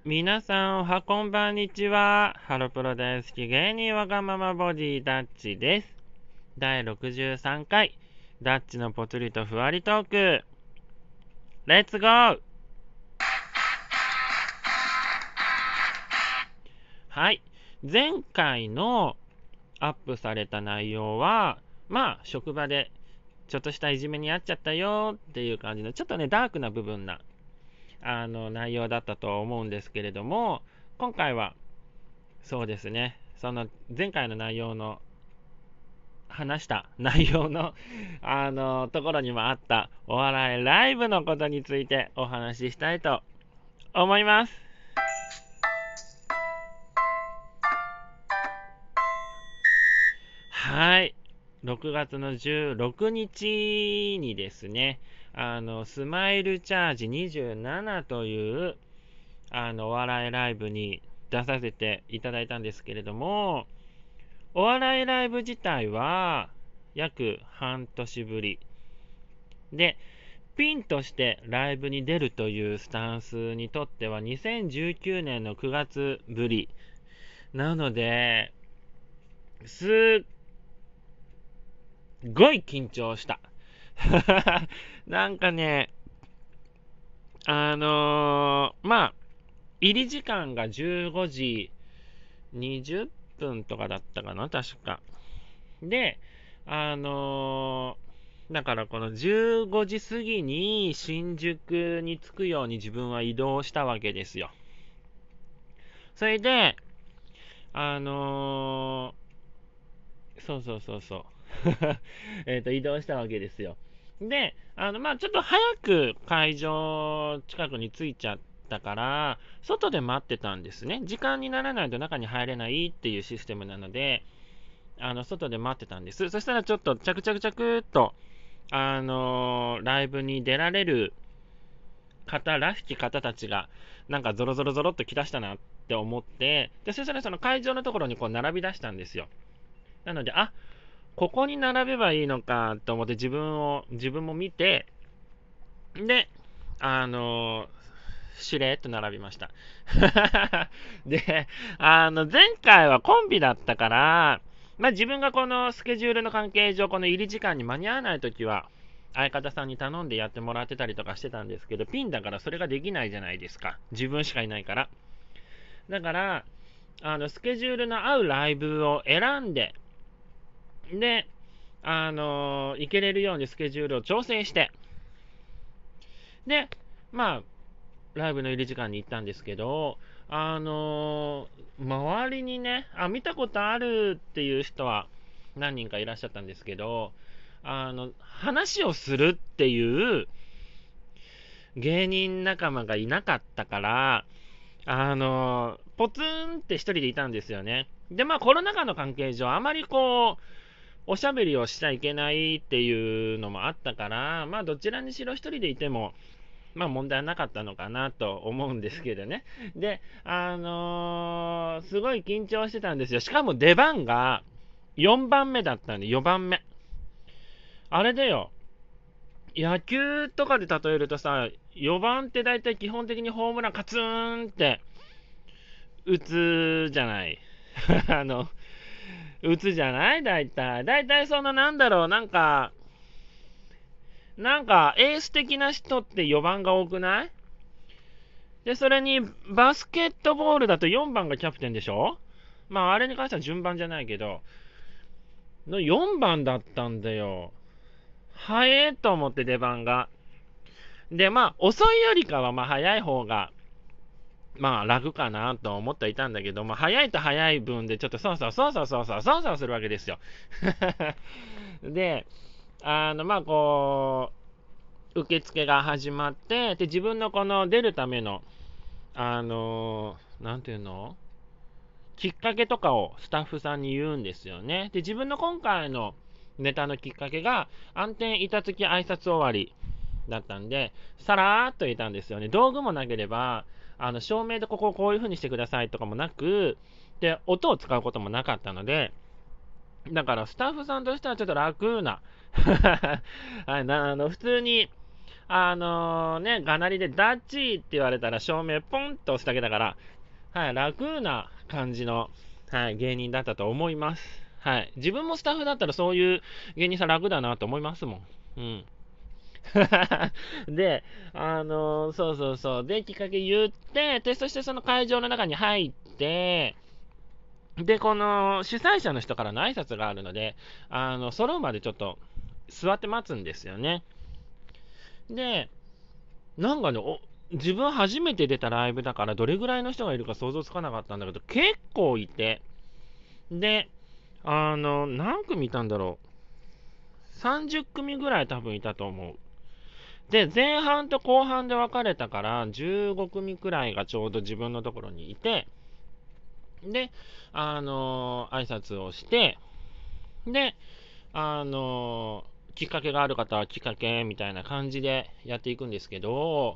皆さんおはこんばんにちは。ハロプロ大好き芸人わがままボディダッチです。第63回ダッチのぽつりとふわりトーク、レッツゴー。はい、前回のアップされた内容は職場でちょっとしたいじめにあっちゃったよっていう感じのちょっとねダークな部分な内容だったと思うんですけれども、今回はそうですね、その前回の内容の話した内容のところにもあったお笑いライブのことについてお話ししたいと思います。はい、6月の16日にですね、スマイルチャージ27というお笑いライブに出させていただいたんですけれども、お笑いライブ自体は約半年ぶりで、ピンとしてライブに出るというスタンスにとっては2019年の9月ぶりなので、すっごい緊張した。なんかね、入り時間が15時20分とかだったかな、確か。で、だからこの15時過ぎに新宿に着くように自分は移動したわけですよ。それで、そう。移動したわけですよ。で、ちょっと早く会場近くに着いちゃったから、外で待ってたんですね。時間にならないと中に入れないっていうシステムなので、外で待ってたんです。そしたらちょっと着々っと、ライブに出られる方らしき方たちが、なんかゾロゾロっと来だしたなって思って、で、そしたらその会場のところにこう並び出したんですよ。なので、ここに並べばいいのかと思って自分も見て、で、しれっと並びました。で、前回はコンビだったから、自分がこのスケジュールの関係上、この入り時間に間に合わないときは、相方さんに頼んでやってもらってたりとかしてたんですけど、ピンだからそれができないじゃないですか。自分しかいないから。だから、スケジュールの合うライブを選んで、で、行けれるようにスケジュールを調整して、で、ライブの入り時間に行ったんですけど、周りにね、見たことあるっていう人は何人かいらっしゃったんですけど、話をするっていう芸人仲間がいなかったから、ポツンって一人でいたんですよね。で、コロナ禍の関係上、あまりおしゃべりをしちゃいけないっていうのもあったから、どちらにしろ一人でいても、問題はなかったのかなと思うんですけどね。で、すごい緊張してたんですよ。しかも出番が4番目だったんで、4番目。あれだよ。野球とかで例えるとさ、4番って大体基本的にホームランカツーンって打つじゃない。打つじゃない大体。大体そのなんかエース的な人って4番が多くない？で、それにバスケットボールだと4番がキャプテンでしょ？あれに関しては順番じゃないけど、の4番だったんだよ。早えと思って出番が。で、遅いよりかは早い方が、楽かなと思っていたんだけど、早いと早い分でちょっとそうするわけですよ。で、受付が始まって、で、自分のこの出るための、なんていうのきっかけとかをスタッフさんに言うんですよね。で、自分の今回のネタのきっかけが、暗転板付き挨拶終わりだったんで、さらーっと言ったんですよね。道具もなければ、照明でここをこういう風にしてくださいとかもなく、で、音を使うこともなかったので、だからスタッフさんとしてはちょっと楽な、はい、普通に、 がなりでダッチーって言われたら照明ポンと押すだけだから、はい、楽な感じの、はい、芸人だったと思います。はい。自分もスタッフだったらそういう芸人さん楽だなと思いますもん。うん。で、そうそうそう。で、きっかけ言って、で、そしてその会場の中に入って、で、この主催者の人からの挨拶があるので、揃うまでちょっと座って待つんですよね。で、なんかね、自分初めて出たライブだからどれぐらいの人がいるか想像つかなかったんだけど、結構いて、で、何組いたんだろう。30組ぐらい多分いたと思う。で、前半と後半で分かれたから、15組くらいがちょうど自分のところにいて、で、挨拶をして、で、きっかけがある方はきっかけみたいな感じでやっていくんですけど、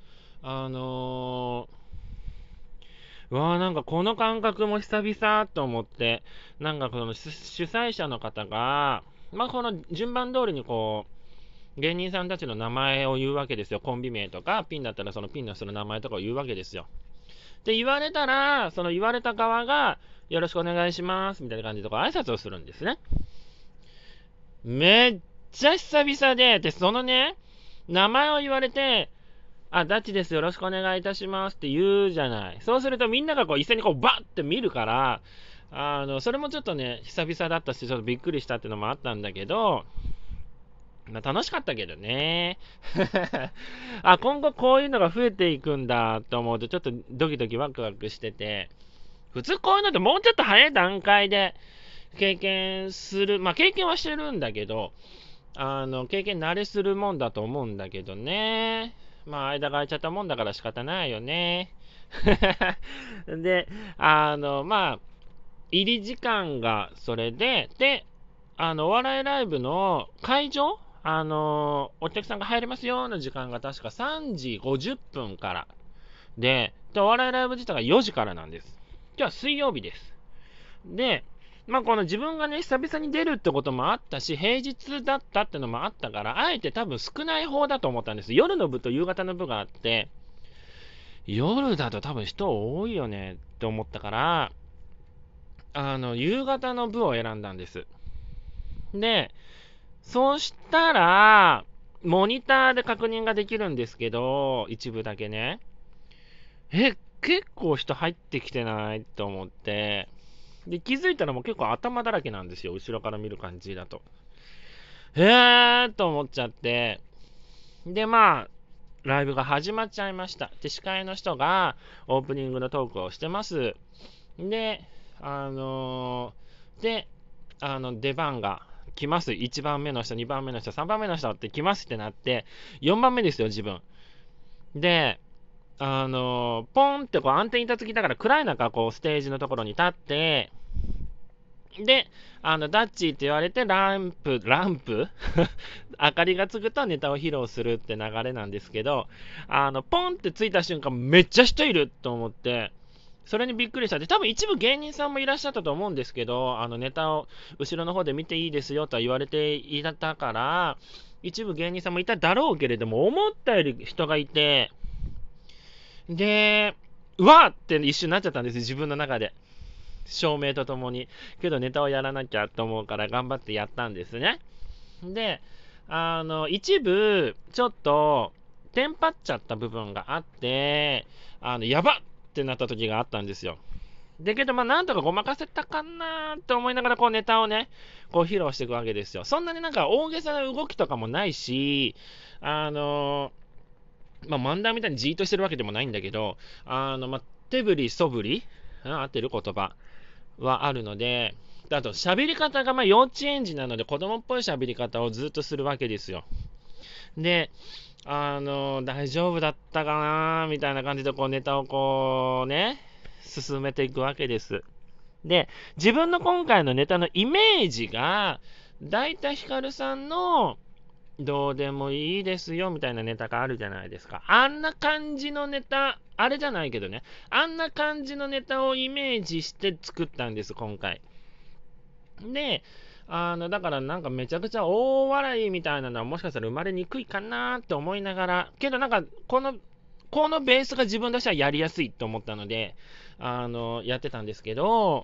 なんかこの感覚も久々と思って、なんかこの主催者の方が、この順番通りにこう、芸人さんたちの名前を言うわけですよ。コンビ名とか、ピンだったらそのピンの人の名前とかを言うわけですよ。で、言われたら、その言われた側が、よろしくお願いします、みたいな感じでこう挨拶をするんですね。めっちゃ久々で、そのね、名前を言われて、ダッチです、よろしくお願いいたしますって言うじゃない。そうするとみんながこう一斉にこうバッって見るから、それもちょっとね、久々だったし、ちょっとびっくりしたっていうのもあったんだけど、楽しかったけどね。今後こういうのが増えていくんだと思うと、ちょっとドキドキワクワクしてて、普通こういうのってもうちょっと早い段階で経験する、経験はしてるんだけど、経験慣れするもんだと思うんだけどね。間が空いちゃったもんだから仕方ないよね。で、入り時間がそれで、お笑いライブの会場お客さんが入れますよの時間が確か3時50分からで、お笑いライブ自体が4時からなんです。今日は水曜日です。で、この自分がね、久々に出るってこともあったし、平日だったってのもあったから、あえて多分少ない方だと思ったんです。夜の部と夕方の部があって、夜だと多分人多いよねって思ったから、夕方の部を選んだんです。で、そうしたら、モニターで確認ができるんですけど、一部だけね。結構人入ってきてないと思って、で、気づいたらもう結構頭だらけなんですよ。後ろから見る感じだと。と思っちゃって。で、ライブが始まっちゃいました。で、司会の人がオープニングのトークをしてます。で、出番が来ます。1番目の人、2番目の人、3番目の人って来ますってなって、4番目ですよ、自分。で、ポンってこう暗転板付きだから暗い中、こうステージのところに立って、で、ダッチーって言われて、ランプ明かりがつくとネタを披露するって流れなんですけど、ポンってついた瞬間、めっちゃ人いると思って、それにびっくりした。で、多分一部芸人さんもいらっしゃったと思うんですけど、ネタを後ろの方で見ていいですよとは言われていたから、一部芸人さんもいただろうけれども、思ったより人がいて、で、うわーって一瞬なっちゃったんです、自分の中で。照明とともに。けどネタをやらなきゃと思うから頑張ってやったんですね。で、一部、ちょっと、テンパっちゃった部分があって、やばっってなった時があったんですよ。だけど、なんとかごまかせたかなと思いながら、こうネタをね、こう披露していくわけですよ。そんなになんか大げさな動きとかもないし、漫談みたいにじーっとしてるわけでもないんだけど、手振り、そぶり、合ってる言葉はあるので、あと喋り方が幼稚園児なので子供っぽい喋り方をずっとするわけですよ。で、大丈夫だったかなみたいな感じでこうネタをこうね、進めていくわけです。で、自分の今回のネタのイメージが、だいたいヒカルさんのどうでもいいですよみたいなネタがあるじゃないですか。あんな感じのネタ、あれじゃないけどね、あんな感じのネタをイメージして作ったんです、今回。で、 だからなんかめちゃくちゃ大笑いみたいなのはもしかしたら生まれにくいかなって思いながら、けどなんかこのベースが自分としてはやりやすいと思ったので、やってたんですけど、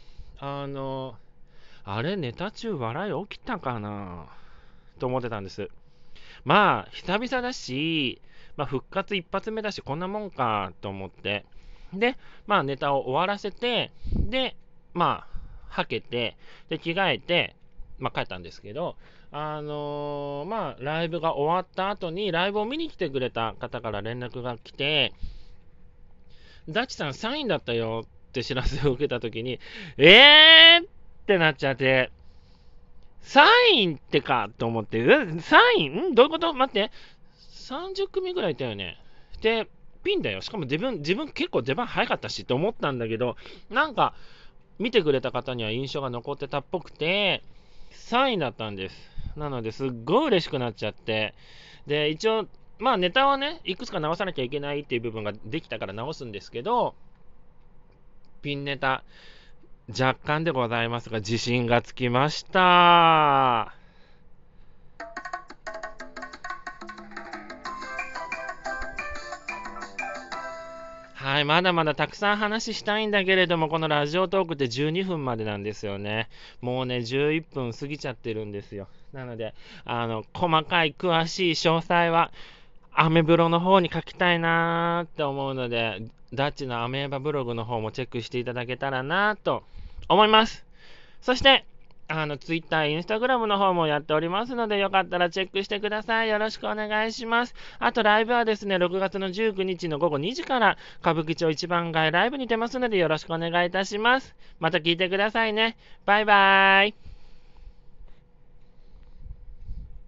あれ、ネタ中笑い起きたかなと思ってたんです。まあ、久々だし、まあ、復活一発目だし、こんなもんかと思って。で、まあ、ネタを終わらせて、で、まあ、はけて、で、着替えて、まあ、帰ったんですけど、まあ、ライブが終わった後に、ライブを見に来てくれた方から連絡が来て、ダチさんサインだったよって知らせを受けたときに、ってなっちゃって、サインってかと思って、サインどういうこと待って。30組ぐらいいたよね。で、ピンだよ。しかも自分結構出番早かったしと思ったんだけど、なんか、見てくれた方には印象が残ってたっぽくて、サインだったんです。なので、すっごい嬉しくなっちゃって。で、一応、まあネタはね、いくつか直さなきゃいけないっていう部分ができたから直すんですけど、ピンネタ、若干でございますが、自信がつきました。はい、まだまだたくさん話したいんだけれども、このラジオトークって12分までなんですよね。もうね、11分過ぎちゃってるんですよ。なので、細かい詳しい詳細は、アメブロの方に書きたいなーって思うので、ダッチのアメーバブログの方もチェックしていただけたらなと思います。そして、Twitter、Instagram の方もやっておりますので、よかったらチェックしてください。よろしくお願いします。あと、ライブはですね、6月の19日の午後2時から、歌舞伎町一番街ライブに出ますので、よろしくお願いいたします。また聞いてくださいね。バイバーイ。